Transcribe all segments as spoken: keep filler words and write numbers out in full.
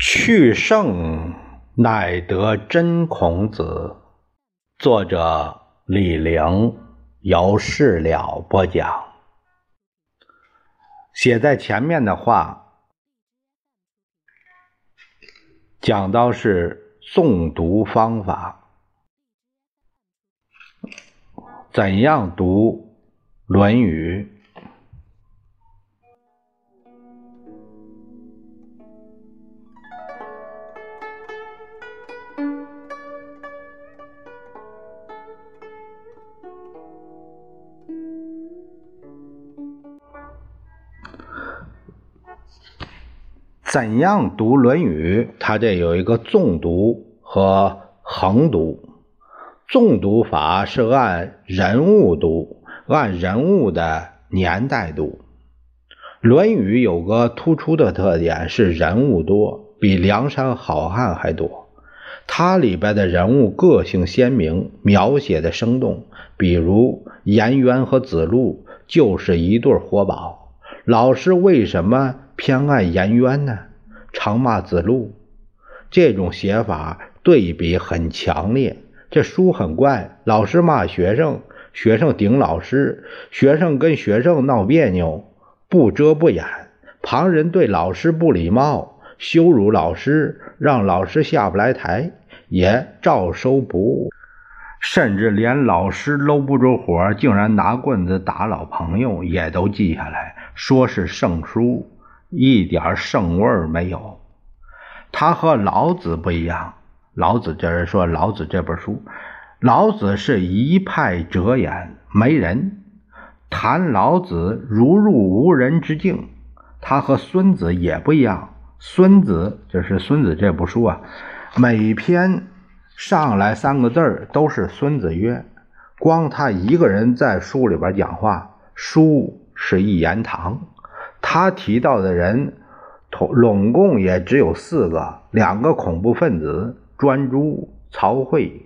去圣乃得真孔子，作者李陵，由事了播讲。写在前面的话讲到是诵读方法，怎样读《论语》。怎样读《论语》？它这有一个纵读和横读。纵读法是按人物读，按人物的年代读。《论语》有个突出的特点是人物多，比梁山好汉还多。它里边的人物个性鲜明，描写的生动。比如颜渊和子路就是一对活宝。老师为什么偏爱颜渊呢？常骂子路。这种写法对比很强烈。这书很怪，老师骂学生，学生顶老师，学生跟学生闹别扭，不遮不掩，旁人对老师不礼貌，羞辱老师，让老师下不来台，也照收不误，甚至连老师搂不住火，竟然拿棍子打老朋友，也都记下来，说是圣书，一点圣味没有。他和老子不一样，老子这人说老子这本书，老子是一派哲言，没人谈老子如入无人之境。他和孙子也不一样，孙子就是孙子这部书啊，每篇上来三个字都是孙子曰，光他一个人在书里边讲话，书是一言堂。他提到的人拢共也只有四个，两个恐怖分子专诸、曹慧，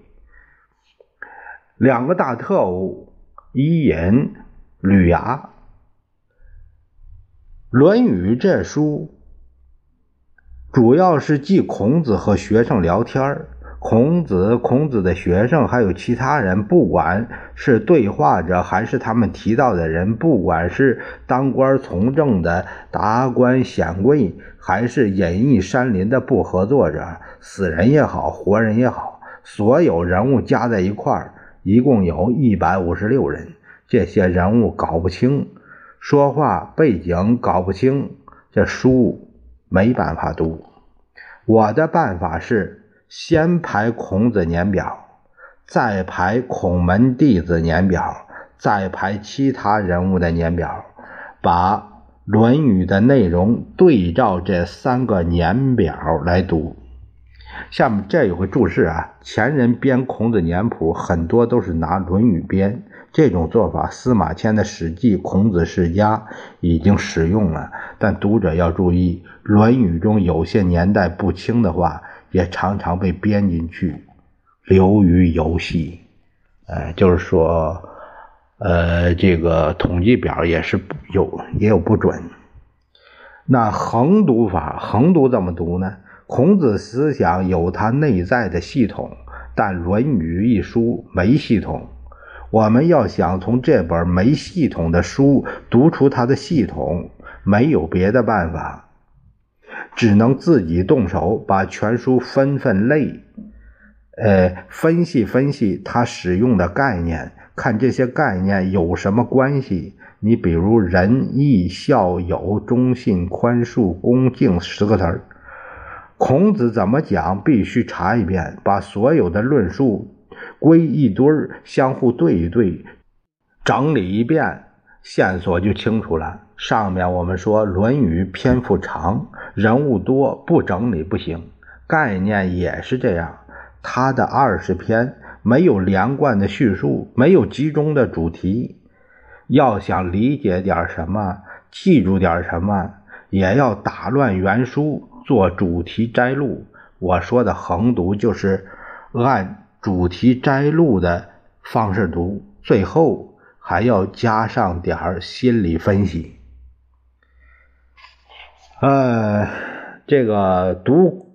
两个大特务伊尹、吕牙。《论语》这书主要是记孔子和学生聊天，孔子、孔子的学生还有其他人，不管是对话者还是他们提到的人，不管是当官从政的达官显贵，还是隐逸山林的不合作者，死人也好，活人也好，所有人物加在一块儿，一共有一百五十六人。这些人物搞不清，说话背景搞不清，这书没办法读。我的办法是先排孔子年表，再排孔门弟子年表，再排其他人物的年表，把《论语》的内容对照这三个年表来读。下面这有个注释啊，前人编孔子年谱很多都是拿《论语》编，这种做法司马迁的《史记·孔子世家》已经使用了，但读者要注意，《论语》中有些年代不清的话也常常被编进去，流于游戏。呃，就是说，呃，这个统计表也是有也有不准。那横读法，横读怎么读呢？孔子思想有他内在的系统，但《论语》一书没系统。我们要想从这本没系统的书读出它的系统，没有别的办法，只能自己动手，把全书分分类，呃，分析分析他使用的概念，看这些概念有什么关系。你比如仁义孝友忠信宽恕恭敬十个词儿，孔子怎么讲必须查一遍，把所有的论述归一堆儿，相互对一对，整理一遍，线索就清楚了。上面我们说《论语》篇幅长，人物多，不整理不行。概念也是这样，它的二十篇没有连贯的叙述，没有集中的主题。要想理解点什么，记住点什么，也要打乱原书，做主题摘录。我说的横读就是按主题摘录的方式读，最后还要加上点心理分析。呃，这个读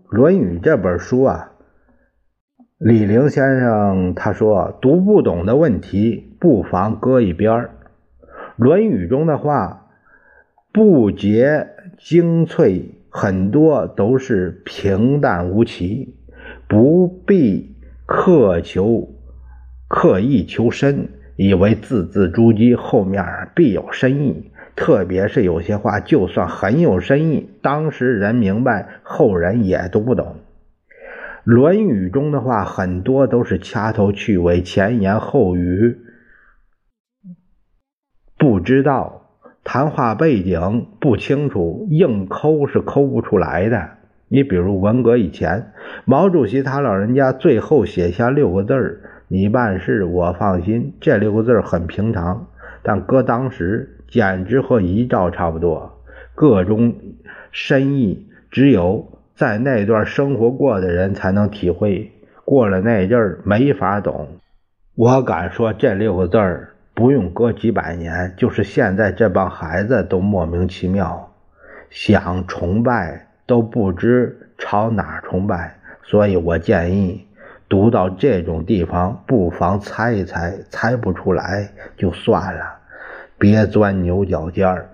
论语》这本书啊，李陵先生他说，读不懂的问题不妨搁一边儿。论语中的话不竭精粹，很多都是平淡无奇，不必刻求刻意求深，以为字字珠玑，后面必有深意。特别是有些话就算很有深意，当时人明白，后人也读不懂。论语中的话很多都是掐头去尾，前言后语不知道，谈话背景不清楚，硬抠是抠不出来的。你比如文革以前，毛主席他老人家最后写下六个字，你办事我放心，这六个字很平常，但搁当时简直和遗照差不多，各种深意只有在那段生活过的人才能体会，过了那阵儿没法懂。我敢说这六个字儿不用隔几百年，就是现在这帮孩子都莫名其妙，想崇拜都不知朝哪崇拜。所以我建议读到这种地方不妨猜一猜，猜不出来就算了，别钻牛角尖儿。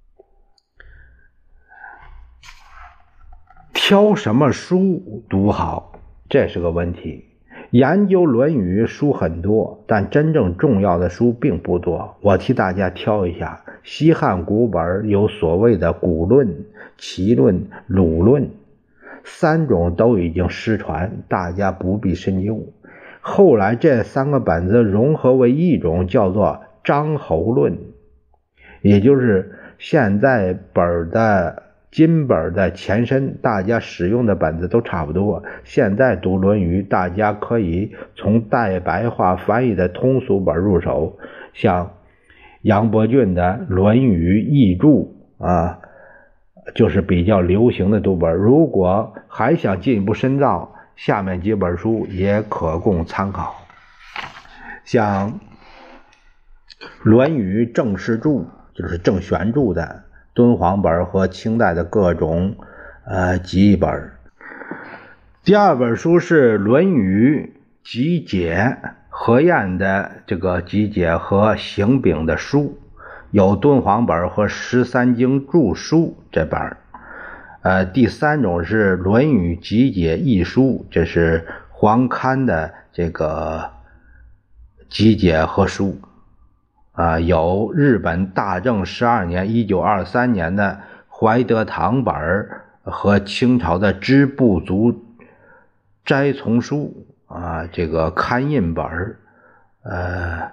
挑什么书读好，这是个问题。研究《论语》书很多，但真正重要的书并不多。我替大家挑一下，西汉古本有所谓的古论、齐论、鲁论，三种都已经失传，大家不必深究。后来这三个本子融合为一种，叫做张侯论，也就是现在本的金本的前身，大家使用的本子都差不多。现在读《论语》，大家可以从带白话翻译的通俗本入手，像杨伯峻的《论语译注》啊，就是比较流行的读本。如果还想进一步深造，下面几本书也可供参考，像《论语正式注》，就是郑玄注的敦煌本和清代的各种呃集译本。第二本书是《论语集解》，何晏的这个集解和邢炳的书，有敦煌本和十三经注书这本。呃，第三种是《论语集解译书》，这是黄刊的这个集解和书。啊、呃，有日本大正十二年一九二三年的怀德堂本和清朝的支部族斋从书啊、呃，这个刊印本，呃，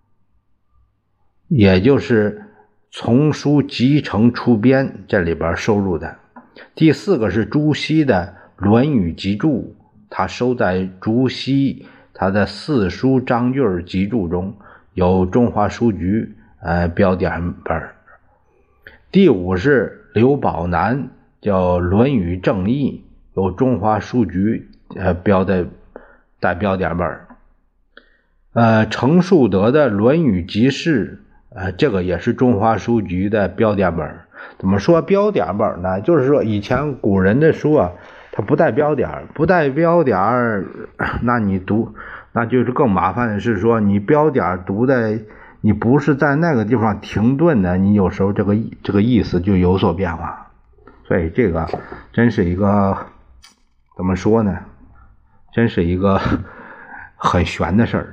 也就是从书集成出编，这里边收录的。第四个是朱熹的《论语集注》，他收在朱熹他的四书章句集注中，有中华书局呃标点本。第五是刘宝南叫《论语正义》，有中华书局呃标的带标点本。呃，程树德的《论语集释》，呃，这个也是中华书局的标点本。怎么说标点本呢？就是说以前古人的书啊，它不带标点，不带标点，那你读，那就是更麻烦的是说，你标点读的，你不是在那个地方停顿的，你有时候这个这个意思就有所变化。所以这个真是一个怎么说呢？真是一个很玄的事儿。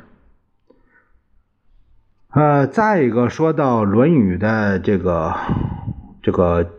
呃，再一个说到《论语》的这个这个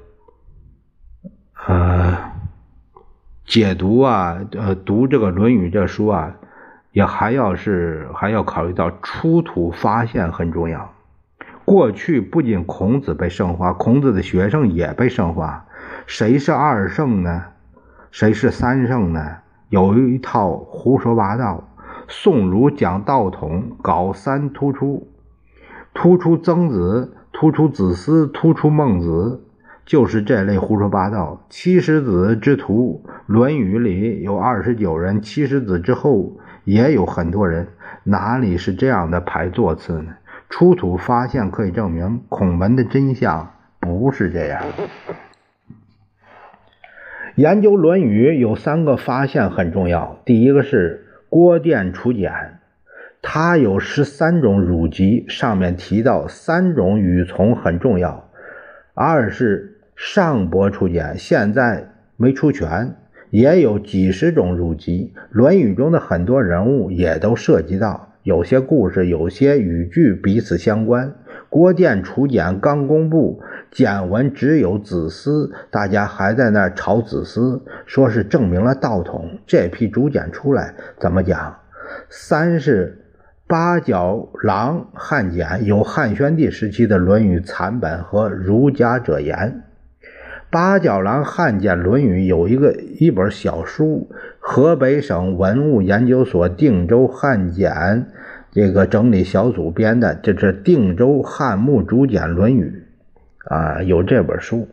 呃解读啊，呃读这个《论语》这书啊，也还要是还要考虑到出土发现很重要。过去不仅孔子被圣化，孔子的学生也被圣化。谁是二圣呢？谁是三圣呢？有一套胡说八道。宋儒讲道统，搞三突出，突出曾子，突出子思，突出孟子，就是这类胡说八道。七十子之徒，《论语》里有二十九人，七十子之后也有很多人，哪里是这样的排座次呢？出土发现可以证明孔门的真相不是这样。 研究《论语》有三个发现很重要。第一个是郭店楚简，它有十三种儒籍，上面提到三种语从很重要。二是上博楚简，现在没出全，也有几十种儒籍，《论语》中的很多人物也都涉及到，有些故事有些语句彼此相关。郭店楚简刚公布，简文只有子思，大家还在那儿吵子思，说是证明了道统。这批竹简出来怎么讲？三是八角郎汉简，有汉宣帝时期的《论语》残本和儒家者言。八角郎汉简《论语》有一个一本小书，河北省文物研究所定州汉简这个整理小组编的，这是定州汉墓竹简论语啊，有这本书。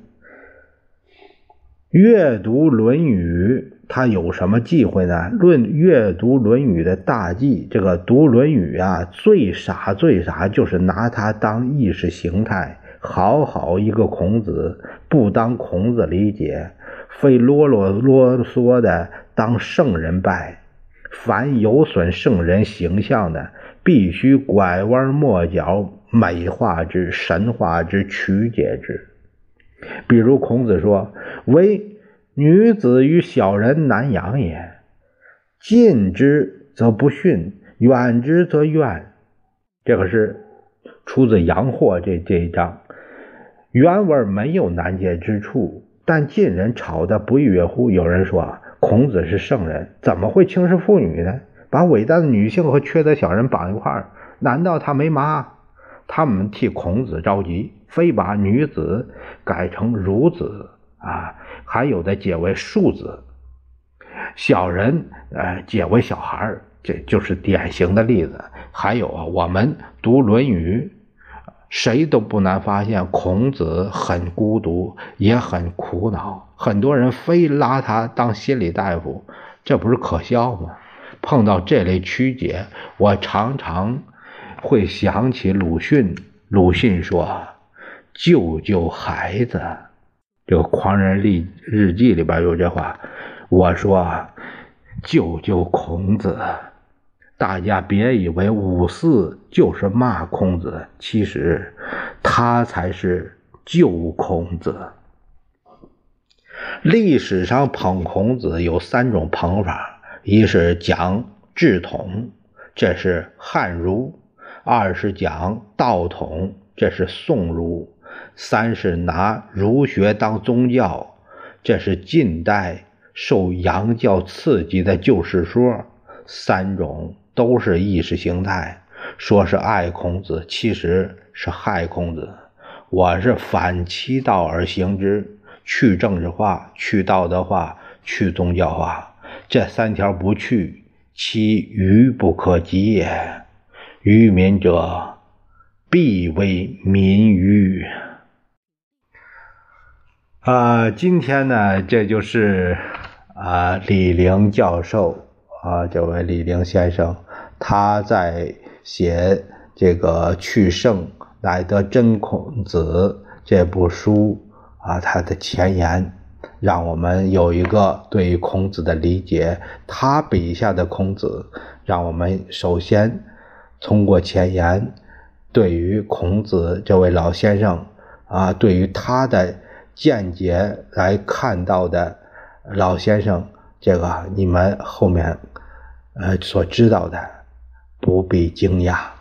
阅读论语它有什么忌讳呢？论阅读论语的大忌，这个读论语啊，最傻最傻就是拿它当意识形态，好好一个孔子不当孔子理解，非啰啰啰嗦的当圣人拜，凡有损圣人形象的必须拐弯抹角，美化之、神化之、曲解之。比如孔子说：“唯女子与小人难养也，近之则不逊，远之则怨。”这个是出自阳货这这一章。原文没有难解之处，但近人吵得不亦乐乎。有人说孔子是圣人，怎么会轻视妇女呢？把伟大的女性和缺德小人绑一块儿，难道他没妈？他们替孔子着急，非把女子改成孺子啊，还有的解为庶子，小人呃解为小孩，这就是典型的例子。还有啊，我们读《论语》，谁都不难发现孔子很孤独，也很苦恼，很多人非拉他当心理大夫，这不是可笑吗？碰到这类曲解，我常常会想起鲁迅。鲁迅说：“救救孩子。”这个《狂人日记》里边有这话。我说：“救救孔子。”大家别以为五四就是骂孔子，其实他才是救孔子。历史上捧孔子有三种捧法，一是讲治统，这是汉儒；二是讲道统，这是宋儒；三是拿儒学当宗教，这是近代受洋教刺激的救世说。三种都是意识形态，说是爱孔子，其实是害孔子。我是反其道而行之，去政治化，去道德化，去宗教化，这三条不去，其愚不可及也。愚民者必为民愚。啊，今天呢，这就是啊李陵教授啊，这位李陵先生，他在写这个去圣乃得真孔子这部书啊，他的前言，让我们有一个对于孔子的理解。他笔下的孔子，让我们首先通过前言，对于孔子这位老先生啊，对于他的见解来看到的老先生，这个你们后面呃所知道的不必惊讶。